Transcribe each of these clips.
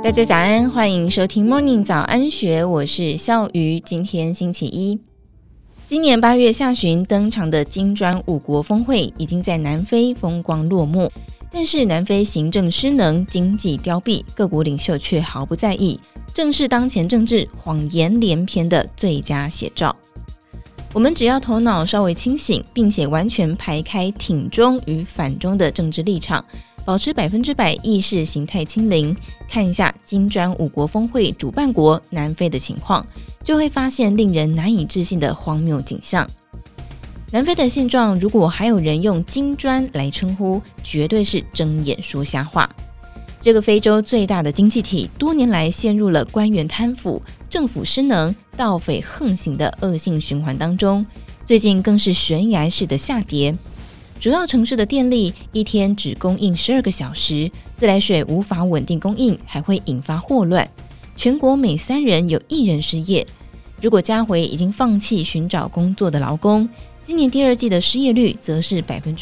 大家早安，欢迎收听 Morning 早安学，我是笑瑜。今天星期一，今年8月下旬登场的金砖5国峰会已经在南非风光落幕，但是南非行政失能，经济凋敝，各国领袖却毫不在意，正是当前政治谎言连篇的最佳写照。我们只要头脑稍微清醒，并且完全排开挺中与反中的政治立场，保持100%意识形态清零，看一下金砖5国峰会主办国南非的情况，就会发现令人难以置信的荒谬景象。南非的现状，如果还有人用金砖来称呼，绝对是睁眼说瞎话。这个非洲最大的经济体，多年来陷入了官员贪腐、政府失能、盗匪横行的恶性循环当中，最近更是悬崖式的下跌。主要城市的电力一天只供应12个小时，自来水无法稳定供应，还会引发霍乱。全国每3人有1人失业。如果加回已经放弃寻找工作的劳工，今年第2季的失业率则是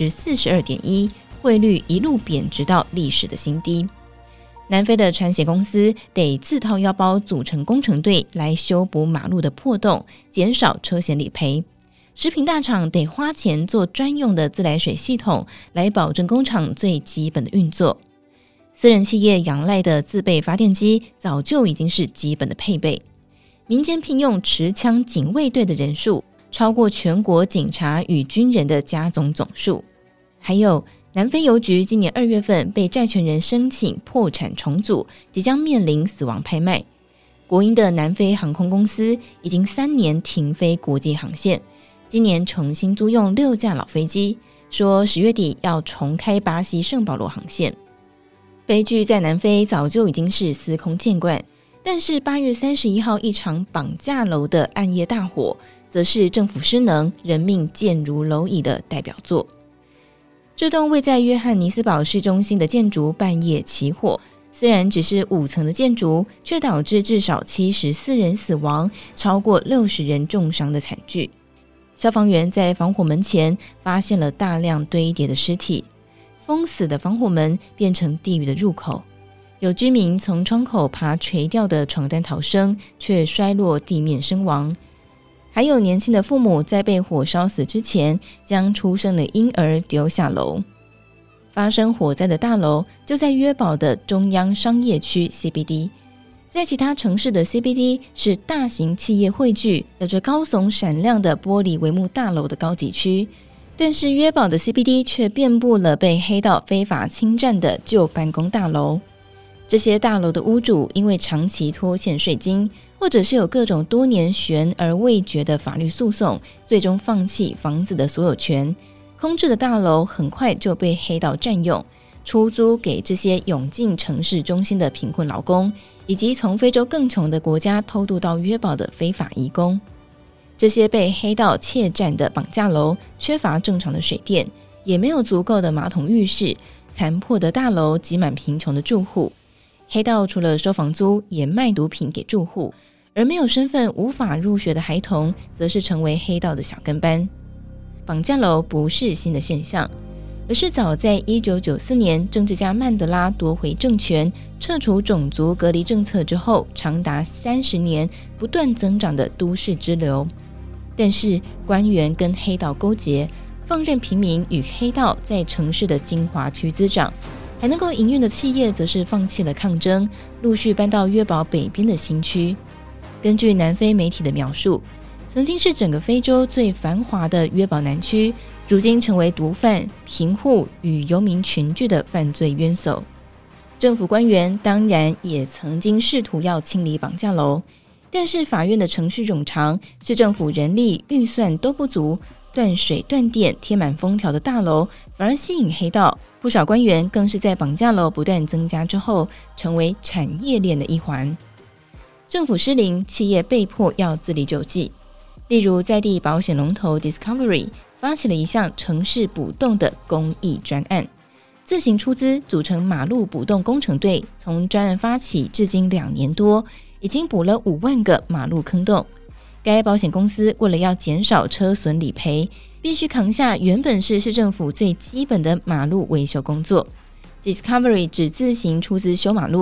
42.1%， 汇率一路贬值到历史的新低。南非的船协公司得自掏腰包组成工程队来修补马路的破洞，减少车险理赔。食品大厂得花钱做专用的自来水系统，来保证工厂最基本的运作。私人企业仰赖的自备发电机早就已经是基本的配备。民间聘用持枪警卫队的人数超过全国警察与军人的加总总数。还有南非邮局今年2月份被债权人申请破产重组，即将面临死亡拍卖。国营的南非航空公司已经3年停飞国际航线，今年重新租用6架老飞机，说10月底要重开巴西圣保罗航线。悲剧在南非早就已经是司空见惯，但是8月31号一场绑架楼的暗夜大火，则是政府失能、人命贱如蝼蚁的代表作。这栋位在约翰尼斯堡市中心的建筑半夜起火，虽然只是5层的建筑，却导致至少74人死亡，超过60人重伤的惨剧。消防员在防火门前发现了大量堆叠的尸体，封死的防火门变成地狱的入口。有居民从窗口爬垂掉的床单逃生，却摔落地面身亡。还有年轻的父母在被火烧死之前，将出生的婴儿丢下楼。发生火灾的大楼就在约堡的中央商业区 CBD， 在其他城市的 CBD 是大型企业汇聚、有着高耸闪亮的玻璃帷幕大楼的高级区，但是约堡的 CBD 却遍布了被黑道非法侵占的旧办公大楼。这些大楼的屋主因为长期拖欠税金，或者是有各种多年悬而未决的法律诉讼，最终放弃房子的所有权。空置的大楼很快就被黑道占用，出租给这些涌进城市中心的贫困劳工，以及从非洲更穷的国家偷渡到约堡的非法移工。这些被黑道窃占的绑架楼缺乏正常的水电，也没有足够的马桶浴室，残破的大楼挤满贫穷的住户。黑道除了收房租，也卖毒品给住户，而没有身份无法入学的孩童则是成为黑道的小跟班。绑架楼不是新的现象，而是早在1994年政治家曼德拉夺回政权，撤除种族隔离政策之后，长达30年不断增长的都市支流。但是官员跟黑道勾结，放任平民与黑道在城市的精华区滋长，还能够营运的企业则是放弃了抗争，陆续搬到约堡北边的新区。根据南非媒体的描述，曾经是整个非洲最繁华的约堡南区，如今成为毒贩、贫户与游民群聚的犯罪冤首。政府官员当然也曾经试图要清理绑架楼，但是法院的程序冗长，市政府人力预算都不足，断水断电贴满封条的大楼反而吸引黑道，不少官员更是在绑架楼不断增加之后，成为产业链的一环。政府失灵，企业被迫要自力救济。例如在地保险龙头 Discovery 发起了一项城市补洞的公益专案，自行出资组成马路补洞工程队，从专案发起至今2年多，已经补了5万个马路坑洞。该保险公司为了要减少车损理赔，必须扛下原本是市政府最基本的马路维修工作。Discovery 只自行出资修马路，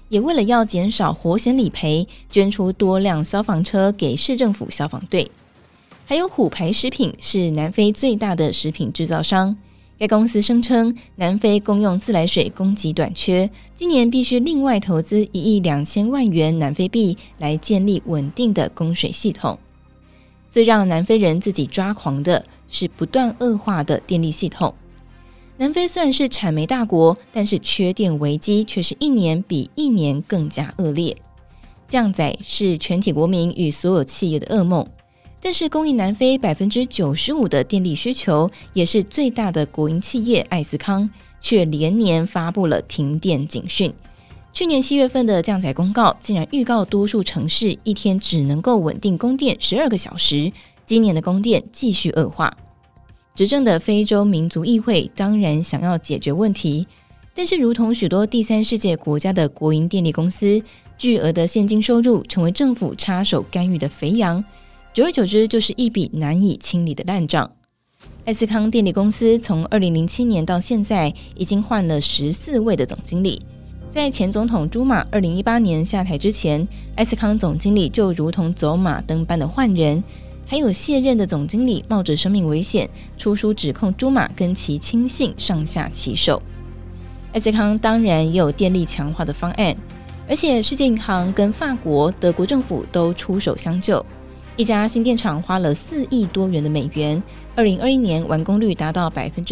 也为了要减少火险理赔，捐出多辆消防车给市政府消防队。还有虎牌食品是南非最大的食品制造商，该公司声称南非公用自来水供给短缺，今年必须另外投资1亿2000万元南非币来建立稳定的供水系统。最让南非人自己抓狂的是不断恶化的电力系统。南非虽然是产煤大国，但是缺电危机却是一年比一年更加恶劣。降载是全体国民与所有企业的噩梦，但是供应南非 95% 的电力需求，也是最大的国营企业艾斯康，却连年发布了停电警讯。去年7月份的降载公告竟然预告多数城市一天只能够稳定供电12个小时，今年的供电继续恶化。执政的非洲民族议会当然想要解决问题，但是如同许多第三世界国家的国营电力公司，巨额的现金收入成为政府插手干预的肥羊，久而久之就是一笔难以清理的烂账。艾斯康电力公司从2007年到现在已经换了14位的总经理，在前总统朱马2018年下台之前，艾斯康总经理就如同走马灯般的换人，还有卸任的总经理冒着生命危险出书指控朱马跟其亲信上下其手。艾斯康当然也有电力强化的方案，而且世界银行跟法国、德国政府都出手相救。一家新电厂花了4亿多元的美元，2021年完工率达到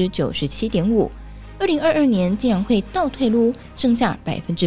97.5%， 2022年竟然会倒退噜，剩下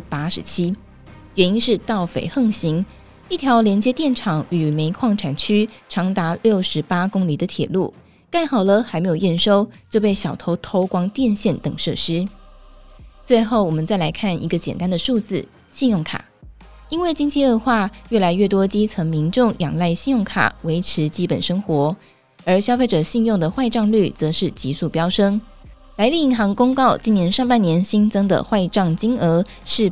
87%。 原因是盗匪横行，一条连接电厂与煤矿产区长达68公里的铁路盖好了还没有验收，就被小偷偷光电线等设施。最后我们再来看一个简单的数字，信用卡。因为经济恶化，越来越多基层民众仰赖信用卡维持基本生活，而消费者信用的坏账率则是急速飙升。莱利银行公告，今年上半年新增的坏账金额是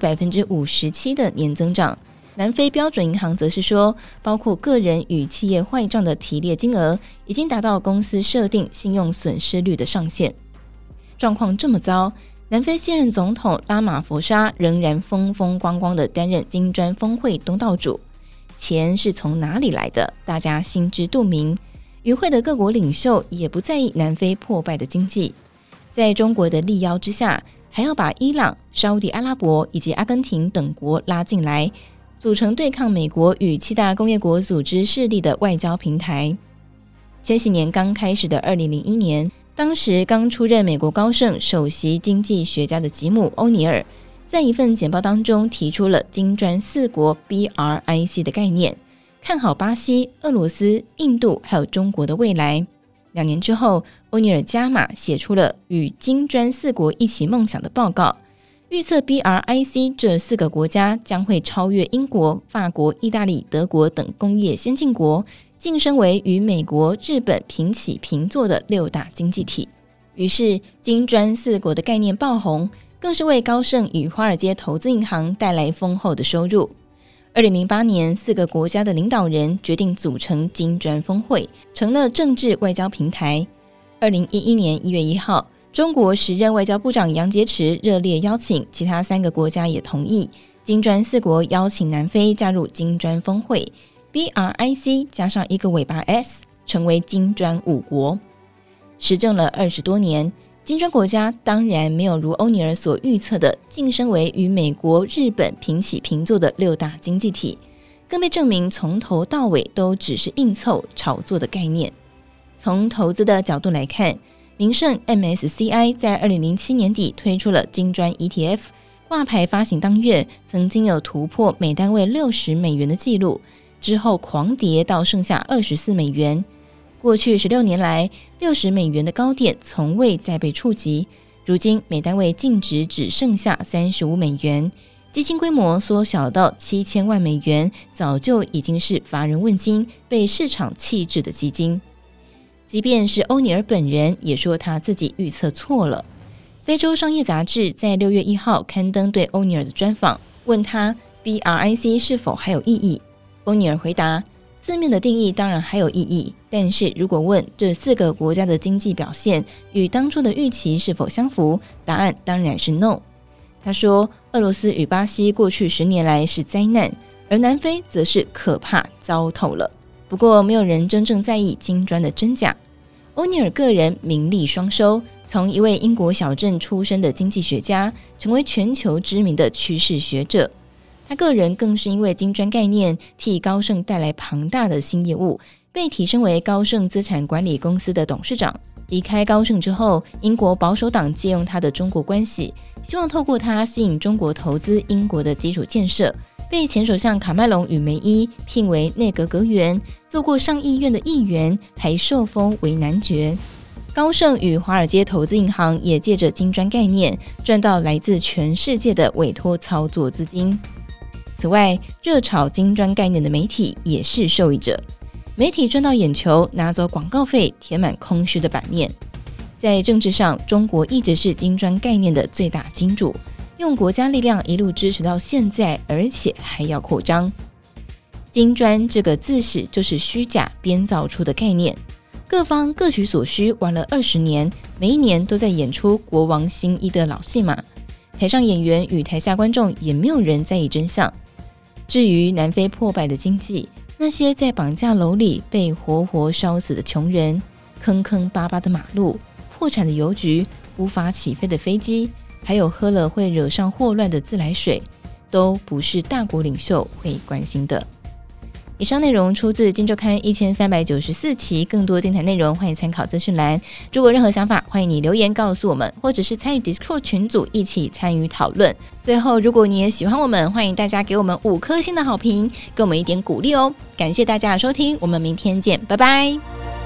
57% 的年增长。南非标准银行则是说，包括个人与企业坏账的提列金额已经达到公司设定信用损失率的上限。状况这么糟，南非现任总统拉马佛沙仍然风风光光地担任金砖峰会东道主，钱是从哪里来的？大家心知肚明。与会的各国领袖也不在意南非破败的经济，在中国的力邀之下，还要把伊朗、沙烏地阿拉伯以及阿根廷等国拉进来，组成对抗美国与7大工业国组织势力的外交平台。千禧年刚开始的2001年，当时刚出任美国高盛首席经济学家的吉姆·欧尼尔，在一份简报当中提出了金砖4国 BRIC 的概念，看好巴西、俄罗斯、印度还有中国的未来。2年之后，欧尼尔加码写出了与金砖4国一起梦想的报告，预测 BRIC 这4个国家将会超越英国、法国、意大利、德国等工业先进国，晋升为与美国、日本平起平坐的6大经济体。于是金砖4国的概念爆红，更是为高盛与华尔街投资银行带来丰厚的收入。2008年4个国家的领导人决定组成金砖峰会，成了政治外交平台。2011年1月1号，中国时任外交部长杨洁篪热烈邀请，其他3个国家也同意，金砖4国邀请南非加入金砖峰会， BRIC 加上一个尾巴 S， 成为金砖5国。时政了20多年，金砖国家当然没有如欧尼尔所预测的晋升为与美国、日本平起平坐的6大经济体，更被证明从头到尾都只是硬凑炒作的概念。从投资的角度来看，明晟 MSCI 在2007年底推出了金砖 ETF， 挂牌发行当月曾经有突破每单位$60的记录，之后狂跌到剩下$24。过去16年来，$60的高点从未再被触及，如今每单位净值只剩下$35，基金规模缩小到$7000万，早就已经是乏人问津、被市场弃置的基金。即便是欧尼尔本人也说他自己预测错了。非洲商业杂志在6月1号刊登对欧尼尔的专访，问他 BRIC 是否还有意义。欧尼尔回答，字面的定义当然还有意义，但是如果问这4个国家的经济表现与当初的预期是否相符，答案当然是 no。 他说， 俄罗斯与巴西过去10年来是灾难，而南非则是可怕糟透了。不过没有人真正在意金砖的真假。欧尼尔个人名利双收，从一位英国小镇出身的经济学家，成为全球知名的趋势学者。他个人更是因为金砖概念替高盛带来庞大的新业务，被提升为高盛资产管理公司的董事长。离开高盛之后，英国保守党借用他的中国关系，希望透过他吸引中国投资英国的基础建设，被前首相卡麦隆与梅伊聘为内阁阁员，做过上议院的议员，还受封为男爵。高盛与华尔街投资银行也借着金砖概念赚到来自全世界的委托操作资金。此外，热炒金砖概念的媒体也是受益者，媒体赚到眼球，拿走广告费，填满空虚的版面。在政治上，中国一直是金砖概念的最大金主，用国家力量一路支持到现在，而且还要扩张。金砖这个自始就是虚假编造出的概念，各方各取所需，玩了20年，每一年都在演出国王新衣的老戏码。台上演员与台下观众也没有人在意真相。至于南非破败的经济，那些在绑架楼里被活活烧死的穷人，坑坑巴巴的马路，破产的邮局，无法起飞的飞机，还有喝了会惹上霍乱的自来水，都不是大国领袖会关心的。以上内容出自《今周刊》1394期，更多精彩内容欢迎参考资讯栏。如果任何想法，欢迎你留言告诉我们，或者是参与 Discord 群组一起参与讨论。最后，如果你也喜欢我们，欢迎大家给我们5颗星的好评，给我们一点鼓励哦。感谢大家的收听，我们明天见，拜拜。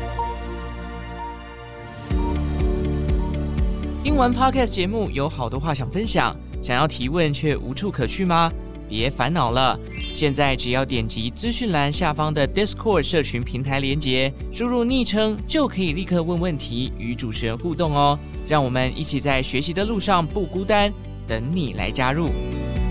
听完 Podcast 节目有好多话想分享，想要提问却无处可去吗？别烦恼了，现在只要点击资讯栏下方的 Discord 社群平台连结，输入昵称就可以立刻问问题，与主持人互动哦。让我们一起在学习的路上不孤单，等你来加入。